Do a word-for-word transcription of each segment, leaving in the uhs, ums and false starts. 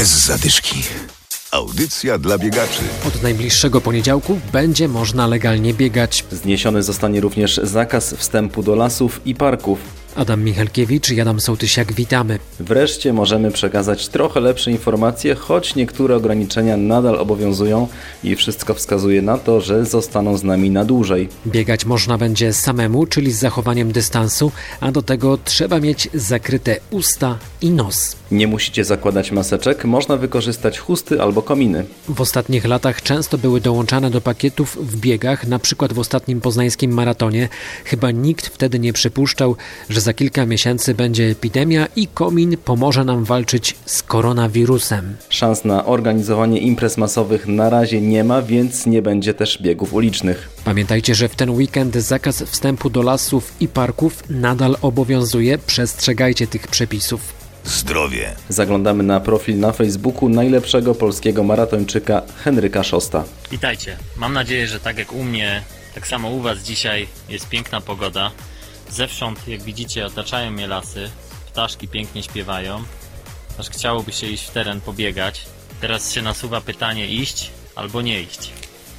Bez zadyszki. Audycja dla biegaczy. Od najbliższego poniedziałku będzie można legalnie biegać. Zniesiony zostanie również zakaz wstępu do lasów i parków. Adam Michalkiewicz i Adam Sołtysiak, witamy. Wreszcie możemy przekazać trochę lepsze informacje, choć niektóre ograniczenia nadal obowiązują i wszystko wskazuje na to, że zostaną z nami na dłużej. Biegać można będzie samemu, czyli z zachowaniem dystansu, a do tego trzeba mieć zakryte usta i nos. Nie musicie zakładać maseczek, można wykorzystać chusty albo kominy. W ostatnich latach często były dołączane do pakietów w biegach, na przykład w ostatnim poznańskim maratonie. Chyba nikt wtedy nie przypuszczał, że za kilka miesięcy będzie epidemia i komin pomoże nam walczyć z koronawirusem. Szans na organizowanie imprez masowych na razie nie ma, więc nie będzie też biegów ulicznych. Pamiętajcie, że w ten weekend zakaz wstępu do lasów i parków nadal obowiązuje. Przestrzegajcie tych przepisów. Zdrowie. Zaglądamy na profil na Facebooku najlepszego polskiego maratończyka Henryka Szosta. Witajcie. Mam nadzieję, że tak jak u mnie, tak samo u Was dzisiaj jest piękna pogoda. Zewsząd, jak widzicie, otaczają mnie lasy, ptaszki pięknie śpiewają, aż chciałoby się iść w teren pobiegać. Teraz się nasuwa pytanie: iść albo nie iść?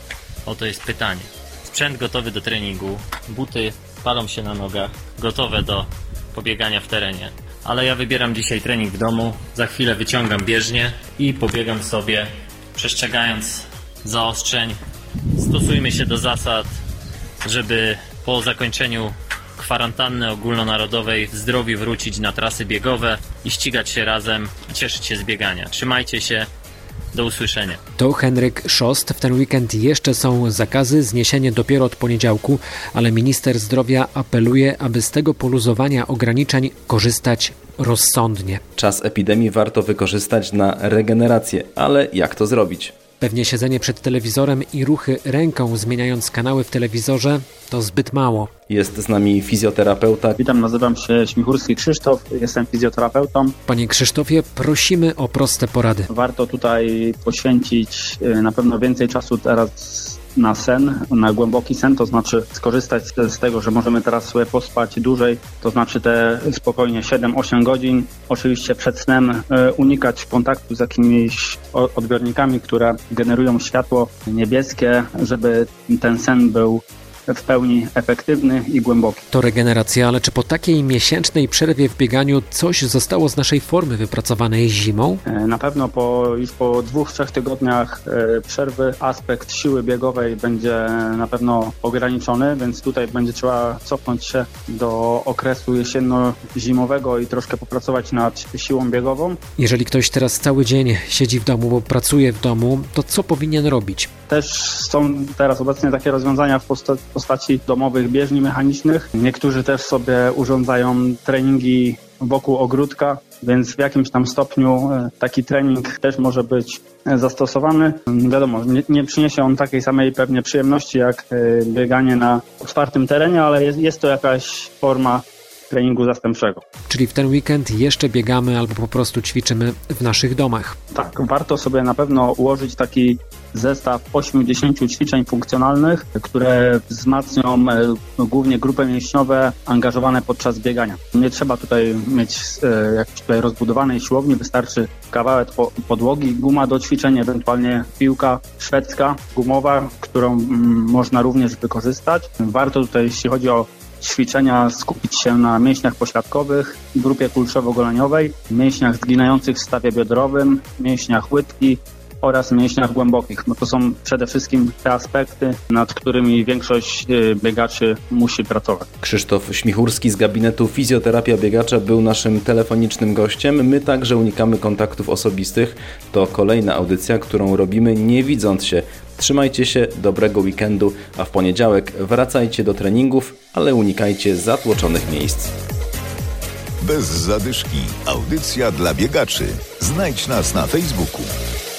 Oto jest pytanie. Sprzęt gotowy do treningu, buty palą się na nogach, gotowe do pobiegania w terenie. Ale ja wybieram dzisiaj trening w domu, za chwilę wyciągam bieżnię i pobiegam sobie, przestrzegając zaostrzeń. Stosujmy się do zasad, żeby po zakończeniu kwarantanny ogólnonarodowej w zdrowiu wrócić na trasy biegowe i ścigać się razem i cieszyć się z biegania. Trzymajcie się, do usłyszenia. To Henryk Szost. W ten weekend jeszcze są zakazy, zniesienie dopiero od poniedziałku, ale minister zdrowia apeluje, aby z tego poluzowania ograniczeń korzystać rozsądnie. Czas epidemii warto wykorzystać na regenerację, ale jak to zrobić? Pewnie siedzenie przed telewizorem i ruchy ręką zmieniając kanały w telewizorze to zbyt mało. Jest z nami fizjoterapeuta. Witam, nazywam się Śmichurski Krzysztof, jestem fizjoterapeutą. Panie Krzysztofie, prosimy o proste porady. Warto tutaj poświęcić na pewno więcej czasu teraz na sen, na głęboki sen, to znaczy skorzystać z tego, że możemy teraz sobie pospać dłużej, to znaczy te spokojnie siedem osiem godzin. Oczywiście przed snem unikać kontaktu z jakimiś odbiornikami, które generują światło niebieskie, żeby ten sen był w pełni efektywny i głęboki. To regeneracja, ale czy po takiej miesięcznej przerwie w bieganiu coś zostało z naszej formy wypracowanej zimą? Na pewno po, już po dwóch, trzech tygodniach przerwy aspekt siły biegowej będzie na pewno ograniczony, więc tutaj będzie trzeba cofnąć się do okresu jesienno-zimowego i troszkę popracować nad siłą biegową. Jeżeli ktoś teraz cały dzień siedzi w domu, bo pracuje w domu, to co powinien robić? Też są teraz obecnie takie rozwiązania w postaci domowych bieżni mechanicznych. Niektórzy też sobie urządzają treningi wokół ogródka, więc w jakimś tam stopniu taki trening też może być zastosowany. Wiadomo, nie, nie przyniesie on takiej samej pewnie przyjemności jak bieganie na otwartym terenie, ale jest, jest to jakaś forma treningu zastępczego. Czyli w ten weekend jeszcze biegamy albo po prostu ćwiczymy w naszych domach. Tak, warto sobie na pewno ułożyć taki zestaw ośmiu do dziesięciu ćwiczeń funkcjonalnych, które wzmacnią głównie grupy mięśniowe angażowane podczas biegania. Nie trzeba tutaj mieć e, jakiejś tutaj rozbudowanej siłowni, wystarczy kawałek po, podłogi, guma do ćwiczeń, ewentualnie piłka szwedzka, gumowa, którą mm, można również wykorzystać. Warto tutaj, jeśli chodzi o ćwiczenia, skupić się na mięśniach pośladkowych, grupie kulszowo-goleniowej, mięśniach zginających w stawie biodrowym, mięśniach łydki oraz mięśniach głębokich. No to są przede wszystkim te aspekty, nad którymi większość biegaczy musi pracować. Krzysztof Śmichurski z gabinetu Fizjoterapia Biegacza był naszym telefonicznym gościem. My także unikamy kontaktów osobistych. To kolejna audycja, którą robimy nie widząc się. Trzymajcie się, dobrego weekendu, a w poniedziałek wracajcie do treningów, ale unikajcie zatłoczonych miejsc. Bez zadyszki. Audycja dla biegaczy. Znajdź nas na Facebooku.